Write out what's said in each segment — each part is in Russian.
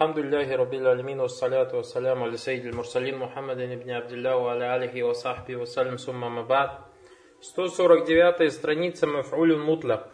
Алхамдулиллахи Раббил Алямин, вассаляту вассаляму аля саййидил мурсалин Мухаммадин ибн Абдилля ва аля алихи ва сахби вассалям сумма мабад. 149 страница маф'улюн мутлак.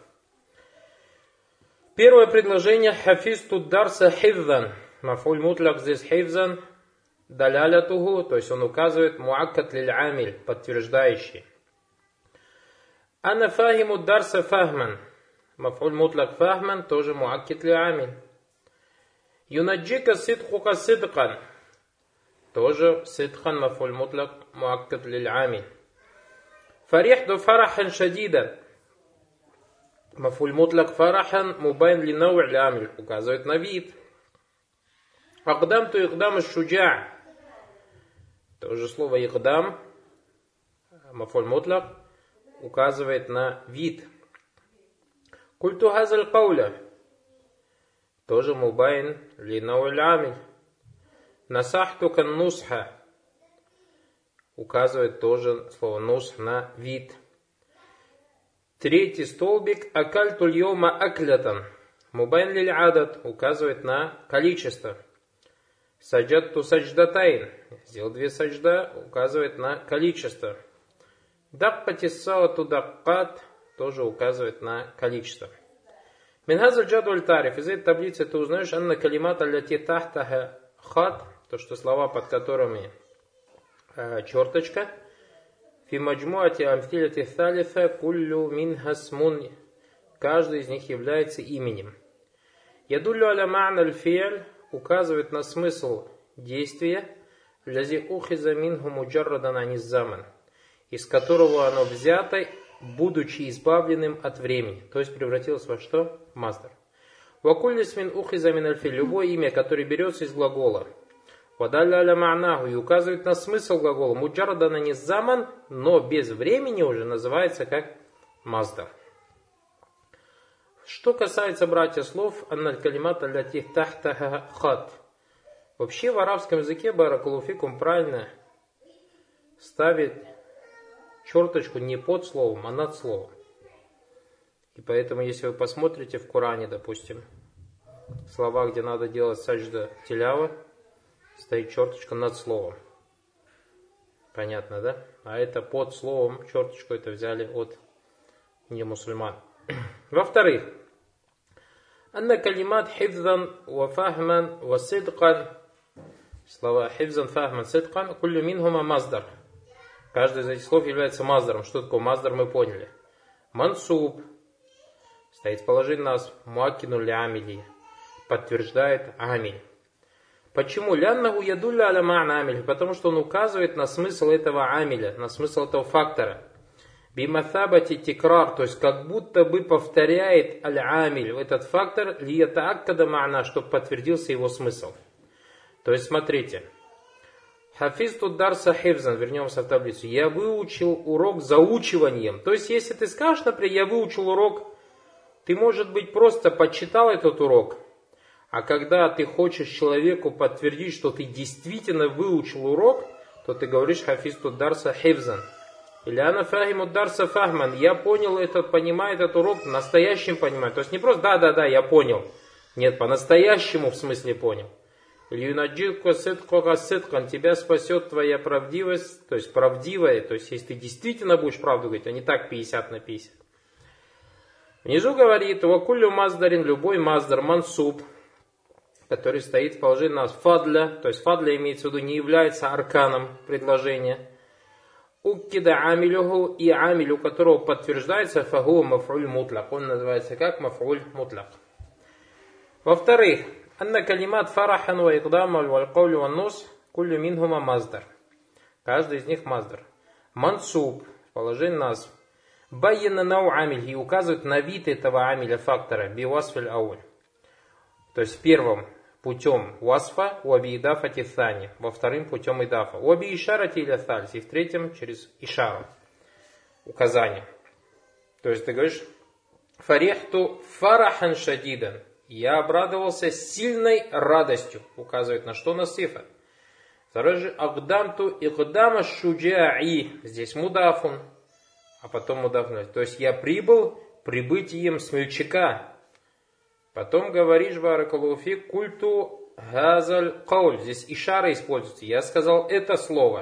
Первое предложение хафизту дарса хифзан. Маф'уль мутлак здесь хифзан, далялятуху, то есть он указывает муаккат лиль амиль, подтверждающий. Ана фахиму дарса фахман. Маф'уль мутлак фахман, тоже муаккат лиль амиль. Юнаджика сидхука сидкан. Тоже сидхан маф'уль мутлак муаккат лиль амиль. Фарихду фарахан шадидан. Маф'уль мутлак фарахан мубайн ли нау' лиль амиль. Указывает на вид. Агдам ту игдам аш-шуджа'. Тоже слово игдам, маф'уль мутлак, указывает на вид. Культу хазаль кауля. Тоже мубайн ли нау' лиль амиль. Насахту кан нусха. Указывает тоже слово нус на вид. Третий столбик акальту льома аклятан. Мубайн лиль адад, указывает на количество. Саджатту садждатайн. Сделал две саджда, указывает на количество. Даккатиссалату даккат, тоже указывает на количество. Минхазаль джадваль тариф. Из этой таблицы ты узнаешь анна калимат аллати тахтаха хат, то что слова, под которыми черточка. Фи маджмуати амфиляти салифа куллю минха смун. Каждый из них является именем. Ядуллю аля ма'на аль-фи'ль, указывает на смысл действия, лязи ухиза минху муджаррадан аниззаман, из которого оно взято, будучи избавленным от времени, то есть превратилось во что? В маздар. Вакуллис мин ухиза мин аль-фи'ль, любое имя, которое берется из глагола. Вадалля аля ма'наху, и указывает на смысл глагола муджаррадан аниззаман, но без времени уже называется как маздар. Что касается, братья, слов анналь калимат аллати тахтаха хат. Вообще в арабском языке баракалуфикум правильно ставить черточку не под словом, а над словом. И поэтому, если вы посмотрите в Коране, допустим, слова, где надо делать саджда тилява, стоит черточка над словом. Понятно, да? А это под словом, черточку это взяли от немусульман. Во-вторых, анна калимат хифзан ва фахман ва сидкан. Слова хифзан, фахман, сидкан, куллю минхума маздар. Каждый из этих слов является маздаром. Что такое маздар, мы поняли. Мансуб стоит в положении нас муаккину ли амили, подтверждает амиль. Почему? Ляннаху ядулля аля ма'на амиль. Потому что он указывает на смысл этого амиля, на смысл этого фактора. Биматабати тикрар, то есть как будто бы повторяет аль-амиль, этот фактор, лиятааккада ма'на, чтобы подтвердился его смысл. То есть смотрите. Хафизту дарса хифзан, вернемся в таблицу. Я выучил урок заучиванием. То есть если ты скажешь, например, я выучил урок, ты, может быть, просто почитал этот урок. А когда ты хочешь человеку подтвердить, что ты действительно выучил урок, то ты говоришь хафизту дарса хифзан. Или ана фахиму дарса фахман. Я понял этот, понимаю этот урок, настоящим понимаю. То есть не просто да, я понял. Нет, по-настоящему в смысле понял. Или юнаджику сидкука сидкан. Тебя спасет твоя правдивость, то есть правдивая. То есть если ты действительно будешь правду говорить, а не так 50 на 50. Внизу говорит, вакуллю маздарин, любой маздар, мансуб, который стоит в положении нас фадля. То есть фадля имеется в виду не является арканом предложения. Уккида амилюху, и амиль, у которого подтверждается фаху маф'уль мутлак. Он называется как маф'уль мутлак. Во-вторых, анна калимат фарахан ва игдама ва аль-каулю ва нус куллю минхума маздар. Каждый из них маздар. Мансуб, положение нас. Байяна нау амиль, и указывает на вид этого амиля фактора. Биwasфиль ауль. То есть первым путем васфа, уаби идафа тithани, во вторым путем идафа. Уаби ишарати иля thальс, и в третьем через ишару, указание. То есть ты говоришь, фарихту фарахан шадидан, я обрадовался сильной радостью, указывает на что? На сифа. Второй же, агдамту игдама шуджа'i, здесь мудафун, а потом мудафун. То есть я прибыл прибытием смельчака. Потом говоришь, баракаллаху фик, культу газаль кауль. Здесь ишара используется. Я сказал это слово.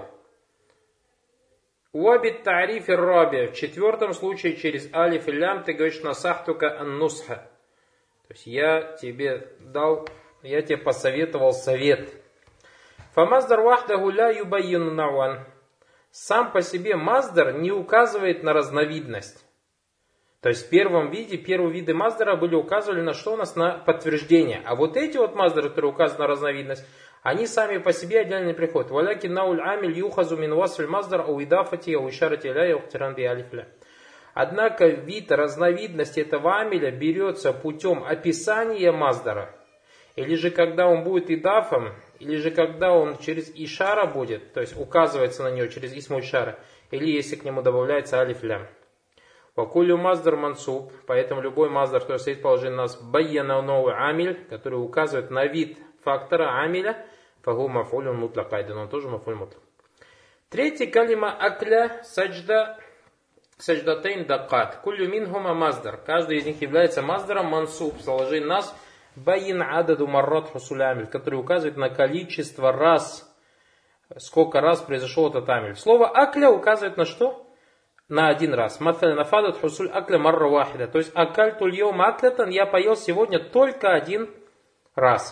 Уабит тариф раби. В четвертом случае через алиф и лям ты говоришь насахтука ан-нусха. То есть я тебе посоветовал совет. Фамаздар вахдаху ля юбайину науан. Сам по себе маздар не указывает на разновидность. То есть в первом виде, первые виды маздара указывали на что у нас? На подтверждение. А вот эти вот маздары, которые указаны на разновидность, они сами по себе отдельно не приходят. Валякин науль амиль юхазу мин васфиль маздар ау идафати ау ишарати ля яухтиран би алифля. Однако вид разновидности этого амиля берется путем описания маздара. Или же когда он будет идафом, или же когда он через ишара будет, то есть указывается на него через исму ишара, или если к нему добавляется алиф лям. Вакулю маздар мансуб, поэтому любой маздар, который стоит в положении нас байяна новый амиль, который указывает на вид фактора амиля, фагу мафулю мутлак айдан, он тоже мафуль мутлак. Третий калима акля саджда садждатейн дакат. Кулю минхума маздар. Каждый из них является маздаром мансуб в положении нас байин ададу маррат хусуль амиль, который указывает на количество раз, сколько раз произошел этот амиль. Слово акля указывает на что? На один раз. Маталя нафадат хусуль акля марра вахида. То есть акаль тульйом аклятан, я поел сегодня только один раз.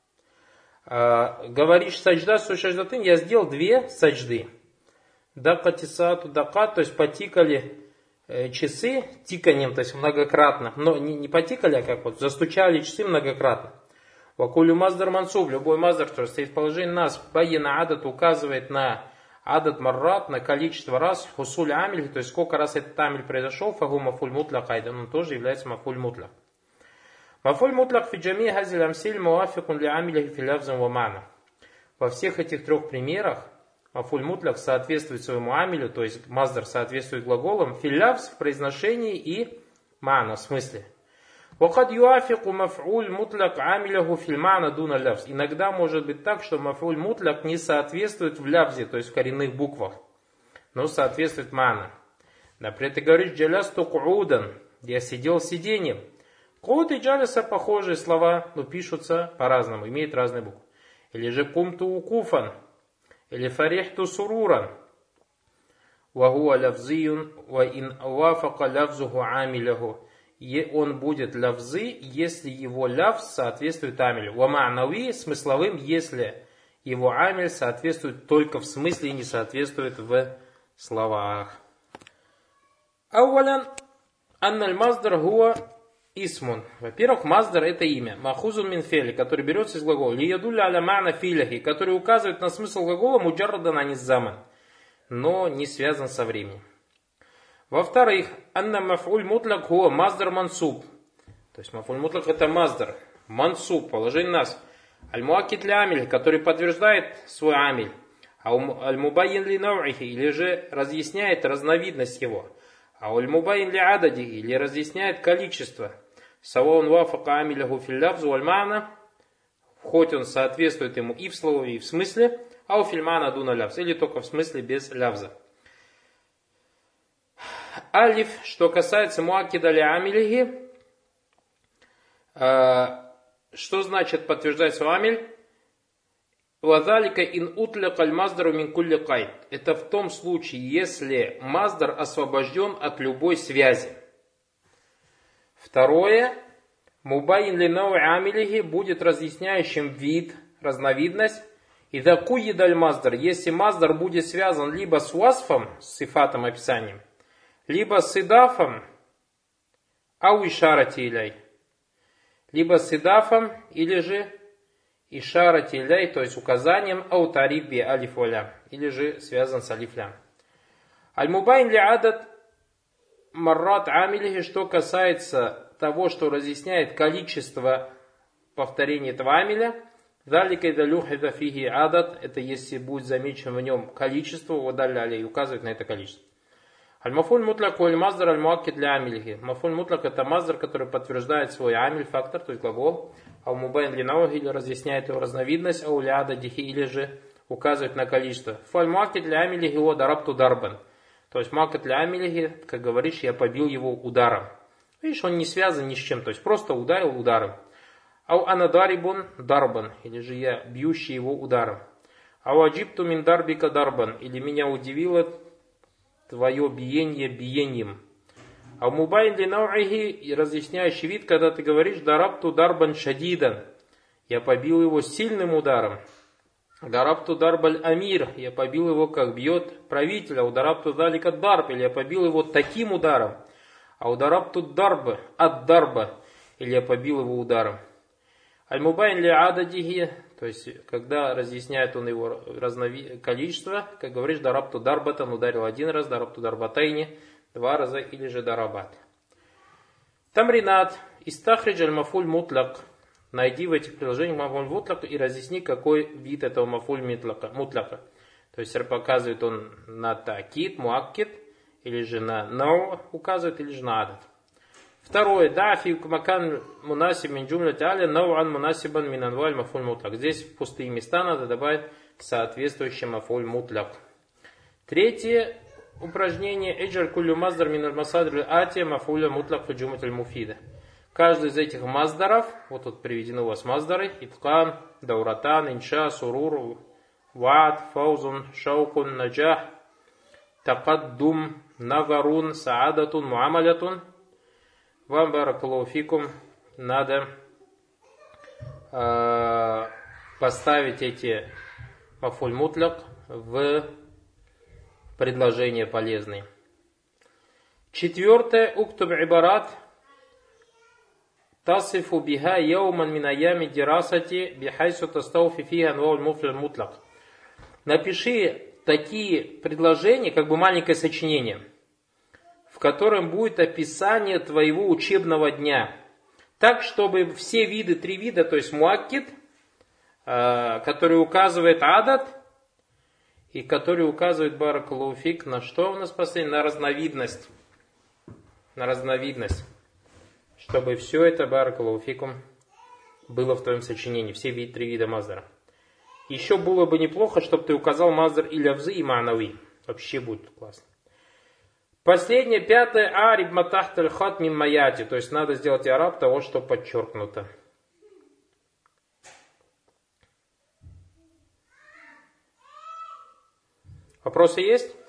Говоришь саджда сушадждатын, я сделал 2 саджды. Дакатисату дакат, то есть потикали часы тиканием, то есть многократно. Но не потикали, а как вот застучали часы многократно. Вакулю маздар мансуб, любой маздар, который стоит в положении нас, байина адат указывает на адат маррат, на количество раз, хусуль амиль, то есть сколько раз этот амиль произошел, фагу мафуль мутлак айдан, он тоже является мафуль мутлак. Мафуль мутлак фи джами хазиль амсиль муафикун ли амиляхи фи лявзам ва мана. Во всех этих 3 примерах мафуль мутлак соответствует своему амилю, то есть маздар соответствует глаголам, фи лявз в произношении и мана в смысле. Вакад юафику мафуль мутлак амиляху фи мана дуна лявз. Иногда может быть так, что мафуль мутлак не соответствует в лявзе, то есть в коренных буквах, но соответствует мана. Например, ты говоришь джалясту куудан, я сидел сиденьем. Кууд и джаляса похожие слова, но пишутся по-разному, имеют разные буквы. Или же кумту укуфан, или фарихту суруран. Вагуа лавзиюн ва ин вафака лавзуху амиляху. Он будет лавзы, если его лавз соответствует амилю. Ва ма'нави смысловым, если его амиль соответствует только в смысле и не соответствует в словах. Ауалян анналь маздар гуа исмун. Во-первых, маздар это имя. Махузун мин фели, который берется из глагола. Лиядулля аля ма'на филяхи, который указывает на смысл глагола муджаррадан аниззаман, но не связан со временем. Во-вторых, анна мафуль мутлак хуа маздар мансуб. То есть мафуль мутлак это маздар. Мансуб, положение нас. Аль-муакид ли амиль, который подтверждает свой амиль. Аль-мубайин ли науихи, или же разъясняет разновидность его. Аль-мубайин ли адади, или разъясняет количество. Саваун вафака амиляху филлявзу аль-мана. Хоть он соответствует ему и в слове, и в смысле. Ау фильмана дуна лявз, или только в смысле без лявза. Алиф, что касается муакида ли амилихи, что значит подтверждать свой амиль? Вазалика ин утляк аль маздару мин кулли кайд. Это в том случае, если маздар освобожден от любой связи. Второе, мубайин ли нау амилихи будет разъясняющим вид, разновидность. Ида куид аль маздар, если маздар будет связан либо с васфом, с сифатом описанием, либо с идафом, ау ишарати иляй. Либо с идафом, или же ишарати иляй, то есть указанием, ау тариф би алиф валя, или же связан с алиф лям. Аль-мубайн ли адат маррат амилихи, что касается того, что разъясняет количество повторений этого амиля, далика ида люхида фиги адат, это если будет замечено в нем количество, водалля и указывает на это количество. Аль-мафуль мутлак у аль-маздар аль-муаккид для амилихи. Мафуль мутлак это маздар, который подтверждает свой амиль, фактор, то есть глагол. Ау-мубайн ли науги, или разъясняет его разновидность, ау-ля дихи, или же указывает на количество. Фаль-муаккид для амилихи о дарабту дарбан. То есть муаккид для амилихи, как говоришь, я побил его ударом. Видишь, он не связан ни с чем, то есть просто ударил ударом. Ау ана дарибун дарбан, или же я бьющий его ударом. Ау аджибту мин дарбика дарбан, или меня удивило твое биение биением. А мубайн ли науахи, и разъясняющий вид, когда ты говоришь дарабту дарбан шадидан, я побил его сильным ударом. Дарабту дарбаль амир, я побил его, как бьет правителя. Ударабту далика дарб, или я побил его таким ударом. А ударабту дарб ад дарба, или я побил его ударом. Аль-мубайн ли ададихи, то есть, когда разъясняет он его количество, как говоришь, дарабту дарбатан, ударил один раз, дарабту дарбатайни, два раза, или же дарабат. Тамринат, истахридж аль-мафуль мутлак, найди в этих приложениях мафуль мутлак и разъясни, какой вид этого мафуль мутляка. То есть, показывает он на такит, муаккит, или же на нау указывает, или же на адад. Второе. Да, фи макан мунасиб мин джумляти аля науан мунасибан мин анваль мафуль мутляк. Здесь в пустые места надо добавить соответствующий мафуль мутляк. Третье упражнение. Эджар кулю маздар мин аль-масадр ати мафуля мутляк фи джумлат аль-муфида. Каждый из этих маздаров, вот тут приведены у вас маздары, иткан, дауратан, инша, сурур, ваат, фаузун, шаукун, наджах, такаддум, нагарун, саадатун, муамалятун. Вам, баракаллаху фикум, надо поставить эти мафуль мутляк в предложения полезные. Четвертое. Уктуб ибарат тасифу биха яуман мин аями дирасати бихайсу тастауфи фиха анвауль муфляль мутляк. Напиши такие предложения, как бы маленькое сочинение, в котором будет описание твоего учебного дня. Так, чтобы все виды, три вида, то есть муаккид, который указывает адад, и который указывает баракаллаху фик, на что у нас последнее? На разновидность. На разновидность. Чтобы все это, баракаллаху фикум, было в твоем сочинении. Все три вида маздара. Еще было бы неплохо, чтобы ты указал маздар и лявзы, и ма'нави. Вообще будет классно. Последнее, пятое. Ариб матахт аль-хат мин маяти. То есть надо сделать араб того, что подчеркнуто. Вопросы есть?